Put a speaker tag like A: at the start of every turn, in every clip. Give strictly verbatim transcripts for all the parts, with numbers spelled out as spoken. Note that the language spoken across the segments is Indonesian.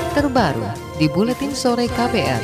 A: terbaru di Buletin Sore K B R.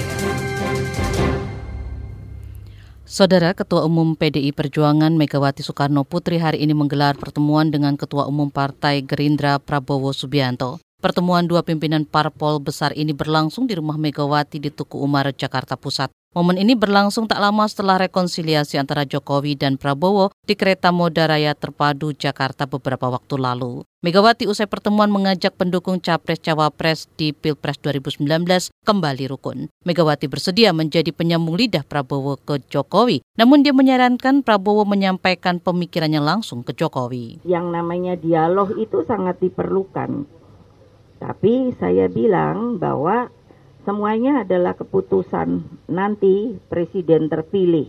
A: Saudara Ketua Umum P D I Perjuangan Megawati Soekarno Putri hari ini menggelar pertemuan dengan Ketua Umum Partai Gerindra Prabowo Subianto. Pertemuan dua pimpinan parpol besar ini berlangsung di rumah Megawati di Tugu Umar, Jakarta Pusat. Momen ini berlangsung tak lama setelah rekonsiliasi antara Jokowi dan Prabowo di kereta moda raya terpadu Jakarta beberapa waktu lalu. Megawati usai pertemuan mengajak pendukung Capres-Cawapres di Pilpres dua ribu sembilan belas kembali rukun. Megawati bersedia menjadi penyambung lidah Prabowo ke Jokowi, namun dia menyarankan Prabowo menyampaikan pemikirannya langsung ke Jokowi.
B: Yang namanya dialog itu sangat diperlukan. Tapi saya bilang bahwa semuanya adalah keputusan nanti Presiden terpilih.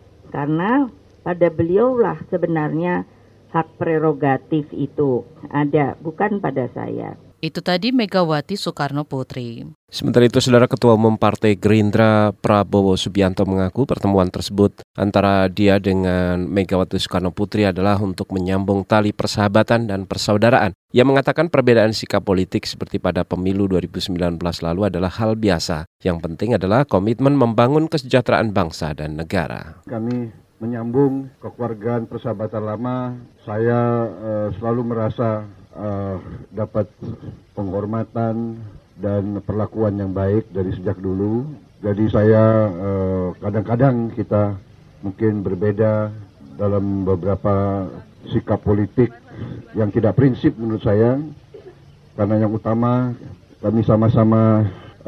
B: Karena pada beliaulah sebenarnya hak prerogatif itu ada, bukan pada saya.
A: Itu tadi Megawati Soekarno Putri.
C: Sementara itu, Saudara Ketua Umum Partai Gerindra Prabowo Subianto mengaku pertemuan tersebut antara dia dengan Megawati Soekarno Putri adalah untuk menyambung tali persahabatan dan persaudaraan. Ia mengatakan perbedaan sikap politik seperti pada pemilu dua ribu sembilan belas lalu adalah hal biasa. Yang penting adalah komitmen membangun kesejahteraan bangsa dan negara.
D: Kami menyambung kekeluargaan persahabatan lama. Saya uh, selalu merasa uh, dapat penghormatan dan perlakuan yang baik dari sejak dulu. Jadi saya uh, kadang-kadang kita mungkin berbeda dalam beberapa sikap politik yang tidak prinsip menurut saya. Karena yang utama kami sama-sama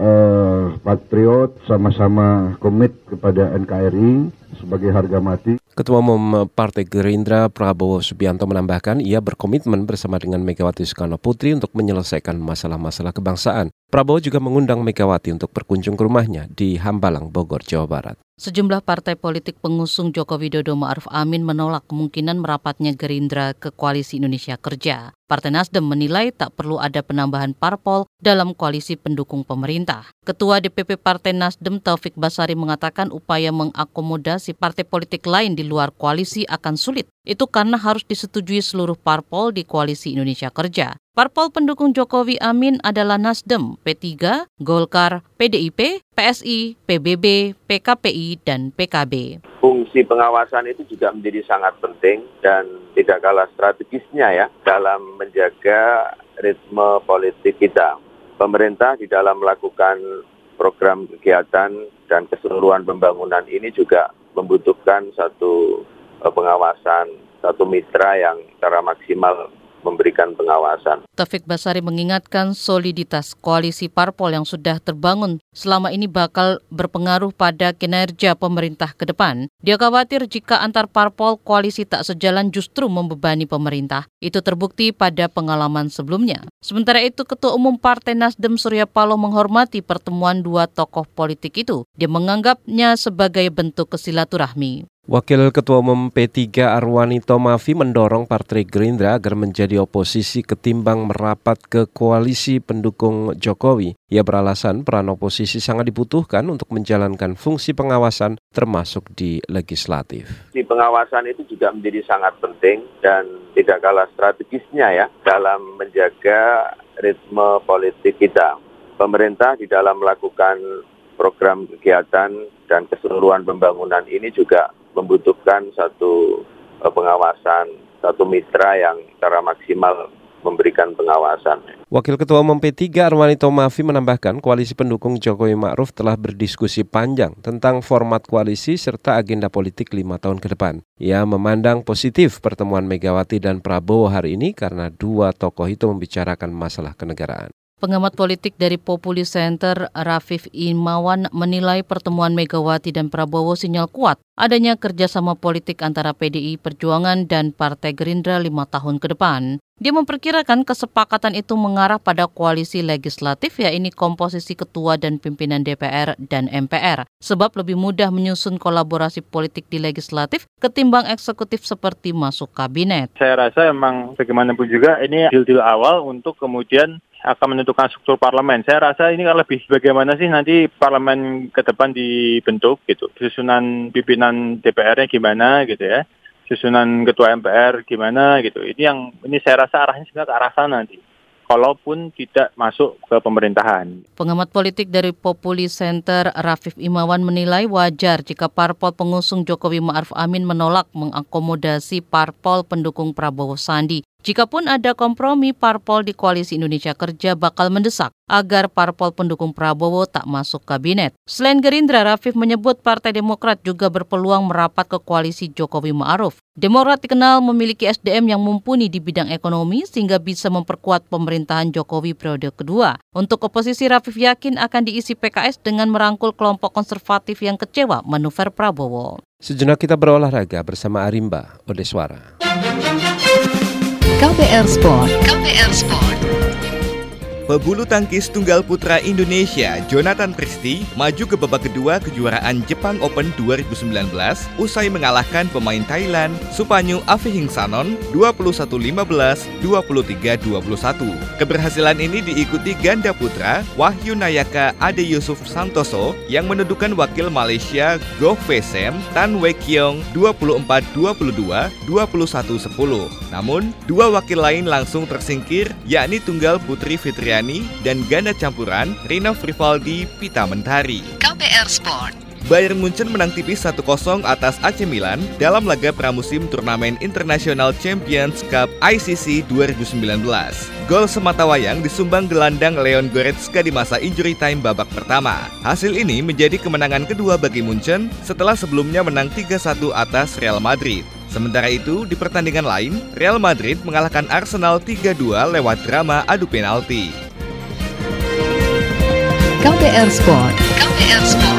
D: uh, patriot, sama-sama komit kepada N K R I sebagai harga mati.
C: Ketua Umum Partai Gerindra Prabowo Subianto menambahkan ia berkomitmen bersama dengan Megawati Soekarno Putri untuk menyelesaikan masalah-masalah kebangsaan. Prabowo juga mengundang Megawati untuk berkunjung ke rumahnya di Hambalang, Bogor, Jawa Barat.
A: Sejumlah partai politik pengusung Joko Widodo Ma'ruf Amin menolak kemungkinan merapatnya Gerindra ke Koalisi Indonesia Kerja. Partai Nasdem menilai tak perlu ada penambahan parpol dalam koalisi pendukung pemerintah. Ketua D P P Partai Nasdem Taufik Basari mengatakan upaya mengakomodasi partai politik lain di luar koalisi akan sulit. Itu karena harus disetujui seluruh parpol di Koalisi Indonesia Kerja. Parpol pendukung Jokowi Amin adalah Nasdem, P tiga, Golkar, P D I P, P S I, P B B, P K P I, dan P K B.
E: Fungsi pengawasan itu juga menjadi sangat penting dan tidak kalah strategisnya ya dalam menjaga ritme politik kita. Pemerintah di dalam melakukan program kegiatan dan keseluruhan pembangunan ini juga membutuhkan satu pengawasan, satu mitra yang secara maksimal memberikan pengawasan.
A: Taufik Basari mengingatkan soliditas koalisi parpol yang sudah terbangun selama ini bakal berpengaruh pada kinerja pemerintah ke depan. Dia khawatir jika antar parpol koalisi tak sejalan justru membebani pemerintah. Itu terbukti pada pengalaman sebelumnya. Sementara itu, Ketua Umum Partai Nasdem Surya Paloh menghormati pertemuan dua tokoh politik itu. Dia menganggapnya sebagai bentuk kesilaturahmi.
C: Wakil Ketua Umum P tiga Arwani Tomafi mendorong Partai Gerindra agar menjadi oposisi ketimbang merapat ke koalisi pendukung Jokowi. Ia beralasan peran oposisi sangat dibutuhkan untuk menjalankan fungsi pengawasan termasuk di legislatif.
E: Di pengawasan itu juga menjadi sangat penting dan tidak kalah strategisnya ya dalam menjaga ritme politik kita. Pemerintah di dalam melakukan program kegiatan dan keseluruhan pembangunan ini juga membutuhkan satu pengawasan, satu mitra yang secara maksimal memberikan pengawasan.
C: Wakil Ketua Umum P tiga Arwani Tomafi menambahkan koalisi pendukung Jokowi Ma'ruf telah berdiskusi panjang tentang format koalisi serta agenda politik lima tahun ke depan. Ia memandang positif pertemuan Megawati dan Prabowo hari ini karena dua tokoh itu membicarakan masalah kenegaraan.
A: Pengamat politik dari Populi Center, Rafif Imawan, menilai pertemuan Megawati dan Prabowo sinyal kuat adanya kerjasama politik antara P D I Perjuangan dan Partai Gerindra lima tahun ke depan. Dia memperkirakan kesepakatan itu mengarah pada koalisi legislatif, yaitu komposisi ketua dan pimpinan D P R dan M P R, sebab lebih mudah menyusun kolaborasi politik di legislatif ketimbang eksekutif seperti masuk kabinet.
F: Saya rasa memang bagaimanapun juga ini deal-deal awal untuk kemudian akan menentukan struktur parlemen. Saya rasa ini kan lebih bagaimana sih nanti parlemen ke depan dibentuk gitu. Susunan pimpinan D P R-nya gimana gitu ya. Susunan ketua M P R gimana gitu. Ini yang ini saya rasa arahnya sebenarnya ke arah sana nanti. kalaupun tidak masuk ke pemerintahan.
A: Pengamat politik dari Populi Center Rafif Imawan menilai wajar jika parpol pengusung Jokowi Ma'ruf Amin menolak mengakomodasi parpol pendukung Prabowo Sandi. Jikapun ada kompromi, parpol di Koalisi Indonesia Kerja bakal mendesak agar parpol pendukung Prabowo tak masuk kabinet. Selain Gerindra, Rafif menyebut Partai Demokrat juga berpeluang merapat ke koalisi Jokowi Ma'ruf. Demokrat dikenal memiliki S D M yang mumpuni di bidang ekonomi sehingga bisa memperkuat pemerintahan Jokowi periode kedua. Untuk oposisi, Rafif yakin akan diisi P K S dengan merangkul kelompok konservatif yang kecewa manuver Prabowo.
C: Sejenak kita berolahraga bersama Arimba Odeswara.
G: K B R Sport. K B R Sport. Pebulu tangkis tunggal putra Indonesia Jonathan Christie maju ke babak kedua kejuaraan Jepang Open dua ribu sembilan belas usai mengalahkan pemain Thailand Supanyu Avihingsanon dua puluh satu lima belas, dua puluh tiga dua puluh satu. Keberhasilan ini diikuti ganda putra Wahyu Nayaka Ade Yusuf Santoso yang mendudukan wakil Malaysia Goh Fei Sem Tan Wei Kiong dua puluh empat dua puluh dua, dua puluh satu sepuluh. Namun, dua wakil lain langsung tersingkir, yakni tunggal putri Fitriani dan ganda campuran Rino Frivaldi Pita Mentari.
H: K B R Sport.
G: Bayern Munchen menang tipis satu kosong atas A C Milan dalam laga pramusim turnamen International Champions Cup I C C dua ribu sembilan belas. Gol sematawayang disumbang gelandang Leon Goretzka di masa injury time babak pertama. Hasil ini menjadi kemenangan kedua bagi Munchen setelah sebelumnya menang tiga satu atas Real Madrid. Sementara itu, di pertandingan lain, Real Madrid mengalahkan Arsenal tiga dua lewat drama adu penalti.
H: K B R Sport. K B R Sport.